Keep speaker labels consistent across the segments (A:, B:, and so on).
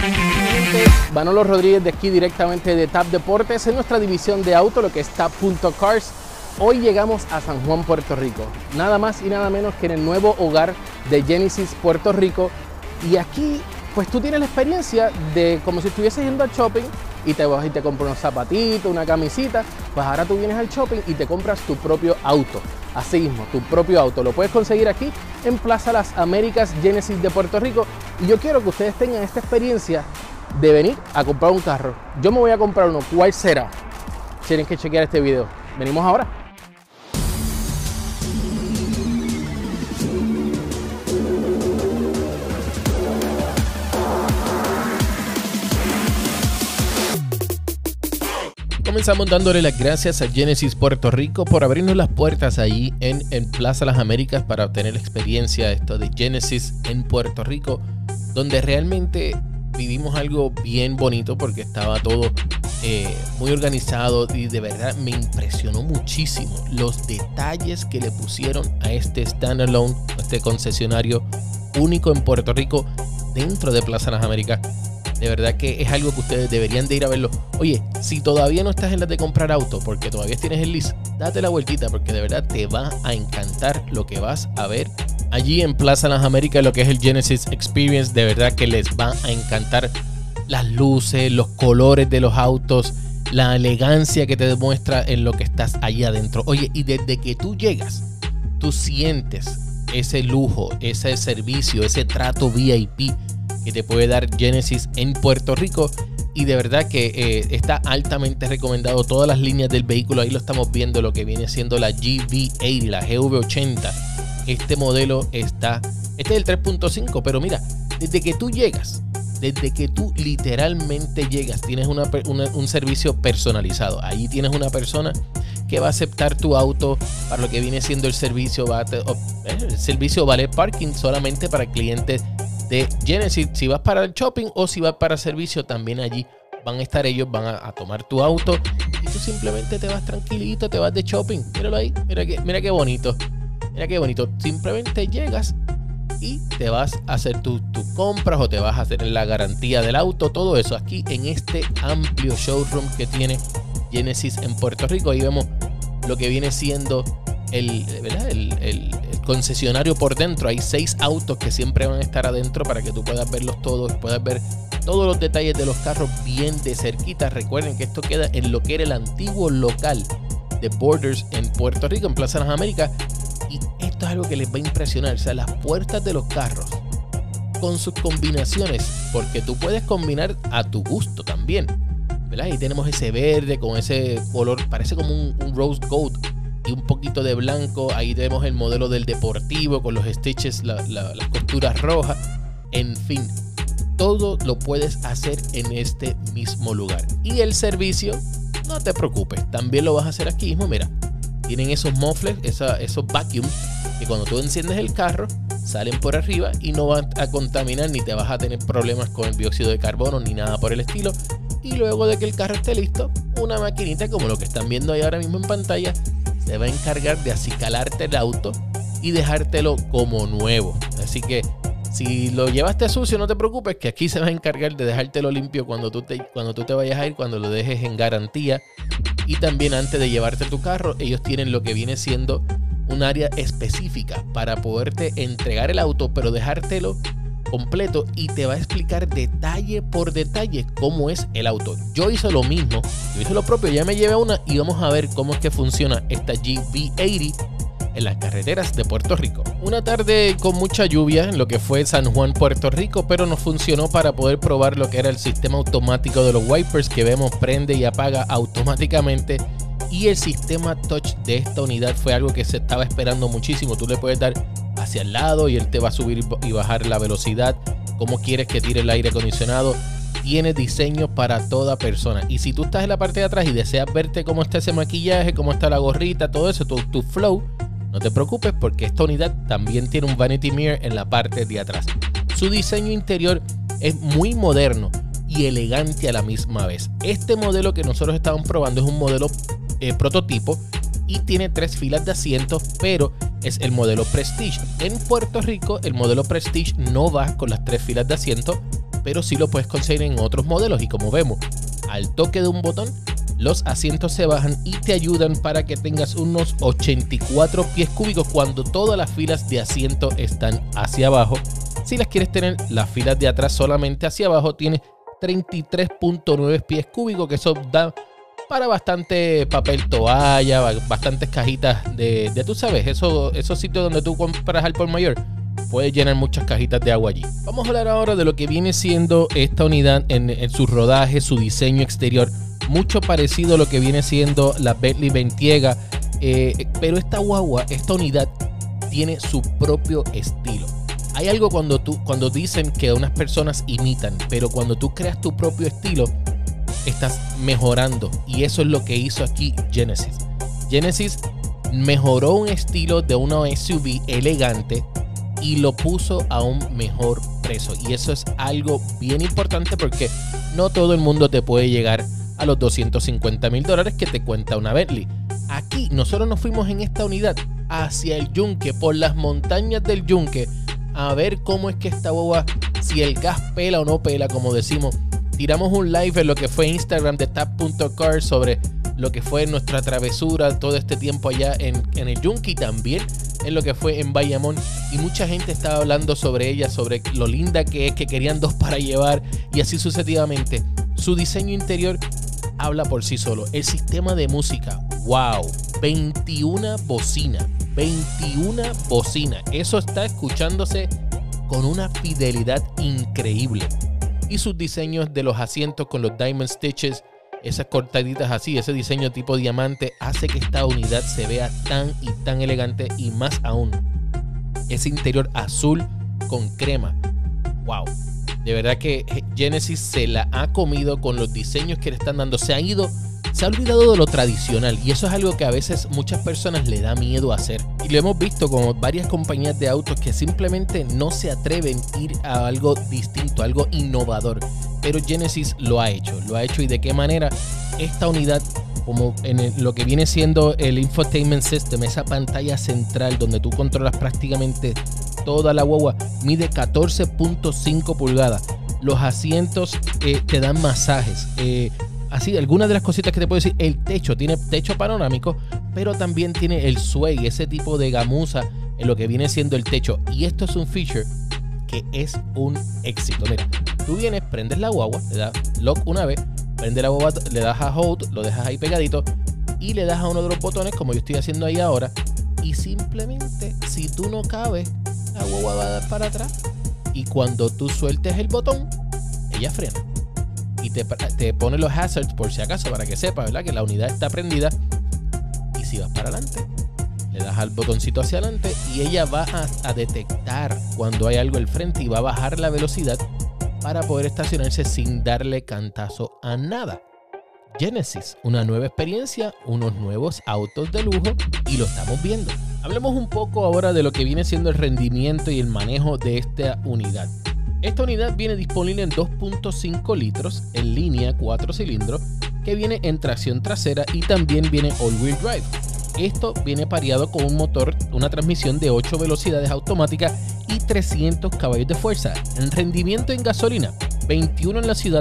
A: Manolo Rodríguez de aquí directamente de TAP Deportes en nuestra división de auto, lo que es TAP.Cars. Hoy llegamos a San Juan, Puerto Rico, nada más y nada menos que en el nuevo hogar de Genesis Puerto Rico. Y aquí pues tú tienes la experiencia de como si estuvieses yendo al shopping y te vas y te compras unos zapatitos, una camisita. Pues ahora tú vienes al shopping y te compras tu propio auto. Así mismo, tu propio auto. Lo puedes conseguir aquí en Plaza Las Américas, Genesis de Puerto Rico. Y yo quiero que ustedes tengan esta experiencia de venir a comprar un carro. Yo me voy a comprar uno. ¿Cuál será? Tienen que chequear este video. Venimos ahora.
B: Comenzamos dándole las gracias a Genesis Puerto Rico por abrirnos las puertas ahí en Plaza Las Américas para obtener la experiencia esto de Genesis en Puerto Rico, donde realmente vivimos algo bien bonito porque estaba todo muy organizado y de verdad me impresionó muchísimo los detalles que le pusieron a este standalone, este concesionario único en Puerto Rico dentro de Plaza Las Américas. De verdad que es algo que ustedes deberían de ir a verlo. Oye, si todavía no estás en la de comprar auto porque todavía tienes el lease, date la vueltita porque de verdad te va a encantar lo que vas a ver allí en Plaza Las Américas, lo que es el Genesis Experience. De verdad que les va a encantar las luces, los colores de los autos, la elegancia que te demuestra en lo que estás allí adentro. Oye, y desde que tú llegas, tú sientes ese lujo, ese servicio, ese trato VIP que te puede dar Genesis en Puerto Rico. Y de verdad que está altamente recomendado todas las líneas del vehículo. Ahí lo estamos viendo, lo que viene siendo la GV80, la GV80. Este modelo está, este es el 3.5, pero mira, desde que tú llegas, desde que tú literalmente llegas, tienes un servicio personalizado. Ahí tienes una persona que va a aceptar tu auto para lo que viene siendo el servicio. El servicio valet parking solamente para clientes de Genesis. Si vas para el shopping o si vas para servicio, también allí van a estar ellos, van a tomar tu auto y tú simplemente te vas tranquilito, te vas de shopping. Míralo ahí, mira qué bonito, mira qué bonito. Simplemente llegas y te vas a hacer tus compras o te vas a hacer la garantía del auto, todo eso aquí en este amplio showroom que tiene Genesis en Puerto Rico. Ahí vemos lo que viene siendo el concesionario por dentro. Hay 6 autos que siempre van a estar adentro para que tú puedas verlos todos, puedas ver todos los detalles de los carros bien de cerquita. Recuerden que esto queda en lo que era el antiguo local de Borders en Puerto Rico, en Plaza Las Américas. Y esto es algo que les va a impresionar, o sea, las puertas de los carros con sus combinaciones, porque tú puedes combinar a tu gusto también, ¿verdad? Ahí tenemos ese verde con ese color, parece como un rose gold y un poquito de blanco. Ahí tenemos el modelo del deportivo con los stitches, las costuras rojas. En fin, todo lo puedes hacer en este mismo lugar. Y el servicio, no te preocupes, también lo vas a hacer aquí mismo. Mira, tienen esos mufflers, esos vacuums que cuando tú enciendes el carro salen por arriba y no van a contaminar ni te vas a tener problemas con el dióxido de carbono ni nada por el estilo. Y luego de que el carro esté listo, una maquinita como lo que están viendo ahí ahora mismo en pantalla se va a encargar de acicalarte el auto y dejártelo como nuevo. Así que si lo llevaste sucio, no te preocupes, que aquí se va a encargar de dejártelo limpio cuando tú te vayas a ir, cuando lo dejes en garantía. Y también antes de llevarte tu carro, ellos tienen lo que viene siendo un área específica para poderte entregar el auto, pero dejártelo completo, y te va a explicar detalle por detalle cómo es el auto. Yo hice lo mismo, yo hice lo propio, ya me llevé una y vamos a ver cómo es que funciona esta GV80 en las carreteras de Puerto Rico. Una tarde con mucha lluvia en lo que fue San Juan, Puerto Rico, pero nos funcionó para poder probar lo que era el sistema automático de los wipers que vemos prende y apaga automáticamente. Y el sistema touch de esta unidad fue algo que se estaba esperando muchísimo. Tú le puedes dar hacia el lado y él te va a subir y bajar la velocidad, cómo quieres que tire el aire acondicionado. Tiene diseño para toda persona. Y si tú estás en la parte de atrás y deseas verte cómo está ese maquillaje, cómo está la gorrita, todo eso, tu flow, no te preocupes porque esta unidad también tiene un vanity mirror en la parte de atrás. Su diseño interior es muy moderno y elegante a la misma vez. Este modelo que nosotros estamos probando es un modelo prototipo y tiene 3 filas de asientos, pero es el modelo Prestige. En Puerto Rico el modelo Prestige no va con las 3 filas de asientos, pero sí lo puedes conseguir en otros modelos. Y como vemos, al toque de un botón, los asientos se bajan y te ayudan para que tengas unos 84 pies cúbicos cuando todas las filas de asiento están hacia abajo. Si las quieres tener las filas de atrás solamente hacia abajo, tienes 33.9 pies cúbicos, que eso da para bastante papel toalla, bastantes cajitas de tú sabes, esos sitios donde tú compras al por mayor. Puedes llenar muchas cajitas de agua allí. Vamos a hablar ahora de lo que viene siendo esta unidad en su rodaje, su diseño exterior. Mucho parecido a lo que viene siendo la Bentley Bentayga, pero esta unidad tiene su propio estilo. Hay algo cuando dicen que unas personas imitan, pero cuando tú creas tu propio estilo, estás mejorando. Y eso es lo que hizo aquí Genesis. Genesis mejoró un estilo de una SUV elegante y lo puso a un mejor precio. Y eso es algo bien importante porque no todo el mundo te puede llegar a los $250,000 que te cuenta una Bentley. Aquí nosotros nos fuimos en esta unidad hacia el yunque, por las montañas del yunque, a ver cómo es que esta boba, si el gas pela o no pela, como decimos. Tiramos un live en lo que fue Instagram de tap.cars sobre lo que fue nuestra travesura todo este tiempo allá en el yunque, y también en lo que fue en Bayamón, y mucha gente estaba hablando sobre ella, sobre lo linda que es, que querían dos para llevar y así sucesivamente. Su diseño interior habla por sí solo. El sistema de música, wow, 21 bocinas. Eso está escuchándose con una fidelidad increíble. Y sus diseños de los asientos con los diamond stitches, esas cortaditas así, ese diseño tipo diamante, hace que esta unidad se vea tan y tan elegante. Y más aún, ese interior azul con crema, wow. De verdad que Genesis se la ha comido con los diseños que le están dando. Se ha olvidado de lo tradicional, y eso es algo que a veces muchas personas le da miedo hacer. Y lo hemos visto como varias compañías de autos que simplemente no se atreven a ir a algo distinto, algo innovador. Pero Genesis lo ha hecho. ¿Y de qué manera? Esta unidad, como en lo que viene siendo el Infotainment System, esa pantalla central donde tú controlas prácticamente toda la guagua, mide 14.5 pulgadas. Los asientos te dan masajes. Así, algunas de las cositas que te puedo decir, el techo, tiene techo panorámico, pero también tiene el sway, ese tipo de gamuza en lo que viene siendo el techo. Y esto es un feature que es un éxito. Mira, tú vienes, prendes la guagua, le das lock una vez, prende la guagua, le das a hold, lo dejas ahí pegadito y le das a uno de los botones, como yo estoy haciendo ahí ahora, y simplemente, si tú no cabes, la guagua va a dar para atrás, y cuando tú sueltes el botón, ella frena y te pone los hazards por si acaso, para que sepa, ¿verdad?, que la unidad está prendida. Y si vas para adelante, le das al botoncito hacia adelante y ella va a detectar cuando hay algo al frente y va a bajar la velocidad para poder estacionarse sin darle cantazo a nada. Genesis, una nueva experiencia, unos nuevos autos de lujo, y lo estamos viendo. Hablemos un poco ahora de lo que viene siendo el rendimiento y el manejo de esta unidad. Esta unidad viene disponible en 2.5 litros en línea 4 cilindros, que viene en tracción trasera y también viene all-wheel drive. Esto viene pareado con un motor, una transmisión de 8 velocidades automáticas y 300 caballos de fuerza. En rendimiento en gasolina, 21 en la ciudad,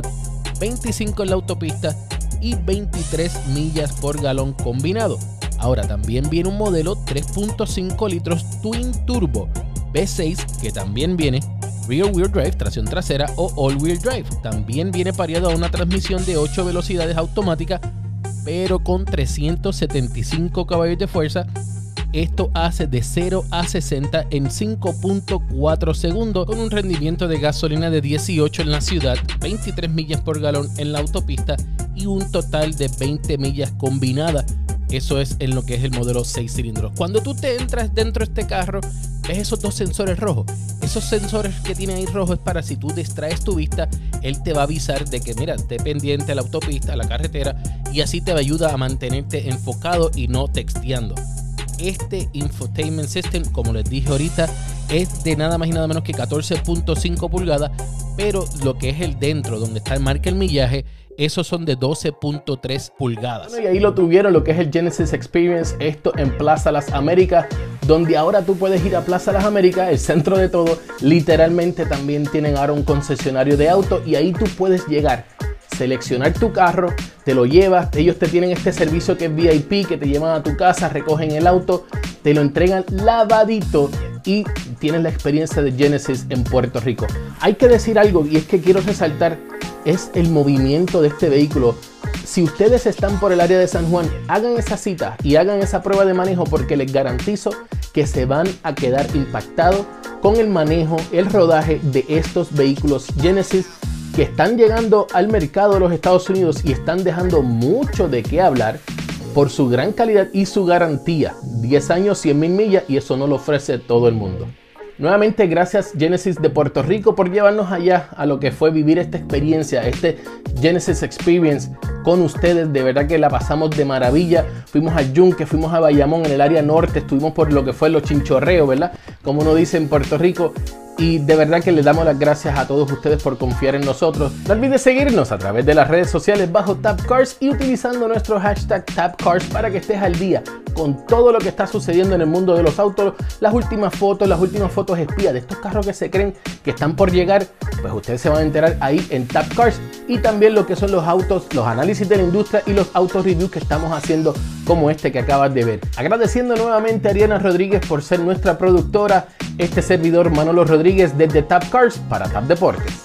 B: 25 en la autopista y 23 millas por galón combinado. Ahora también viene un modelo 3.5 litros Twin Turbo V6 que también viene rear wheel drive, tracción trasera o all wheel drive. También viene pareado a una transmisión de 8 velocidades automática, pero con 375 caballos de fuerza. Esto hace de 0 a 60 en 5.4 segundos, con un rendimiento de gasolina de 18 en la ciudad, 23 millas por galón en la autopista y un total de 20 millas combinada. Eso es en lo que es el modelo 6 cilindros. Cuando tú te entras dentro de este carro, ves esos dos sensores rojos. Esos sensores que tiene ahí rojos es para, si tú distraes tu vista, él te va a avisar de que, mira, esté pendiente a la autopista, a la carretera, y así te ayuda a mantenerte enfocado y no texteando. Este Infotainment System, como les dije ahorita, es de nada más y nada menos que 14.5 pulgadas, pero lo que es el dentro, donde está el marca el millaje, esos son de 12.3 pulgadas.
A: Bueno, y ahí lo tuvieron, lo que es el Genesis Experience, esto en Plaza Las Américas, donde ahora tú puedes ir a Plaza Las Américas, el centro de todo. Literalmente también tienen ahora un concesionario de auto y ahí tú puedes llegar, seleccionar tu carro, te lo llevas, ellos te tienen este servicio que es VIP, que te llevan a tu casa, recogen el auto, te lo entregan lavadito y tienes la experiencia de Genesis en Puerto Rico. Hay que decir algo y es que quiero resaltar, es el movimiento de este vehículo. Si ustedes están por el área de San Juan, hagan esa cita y hagan esa prueba de manejo, porque les garantizo que se van a quedar impactados con el manejo, el rodaje de estos vehículos Genesis que están llegando al mercado de los Estados Unidos y están dejando mucho de qué hablar por su gran calidad y su garantía. 10 años, 100,000 millas, y eso no lo ofrece todo el mundo. Nuevamente, gracias Genesis de Puerto Rico por llevarnos allá a lo que fue vivir esta experiencia, este Genesis Experience con ustedes. De verdad que la pasamos de maravilla. Fuimos a Yunque, fuimos a Bayamón en el área norte, estuvimos por lo que fue los chinchorreos, ¿verdad? Como uno dice en Puerto Rico. Y de verdad que les damos las gracias a todos ustedes por confiar en nosotros. No olvides seguirnos a través de las redes sociales bajo TapCars y utilizando nuestro hashtag TapCars para que estés al día con todo lo que está sucediendo en el mundo de los autos. Las últimas fotos espías de estos carros que se creen que están por llegar, pues ustedes se van a enterar ahí en TapCars. Y también lo que son los autos, los análisis de la industria y los auto reviews que estamos haciendo, como este que acabas de ver. Agradeciendo nuevamente a Ariana Rodríguez por ser nuestra productora. Este servidor Manolo Rodríguez desde TapCars para Tap Deportes.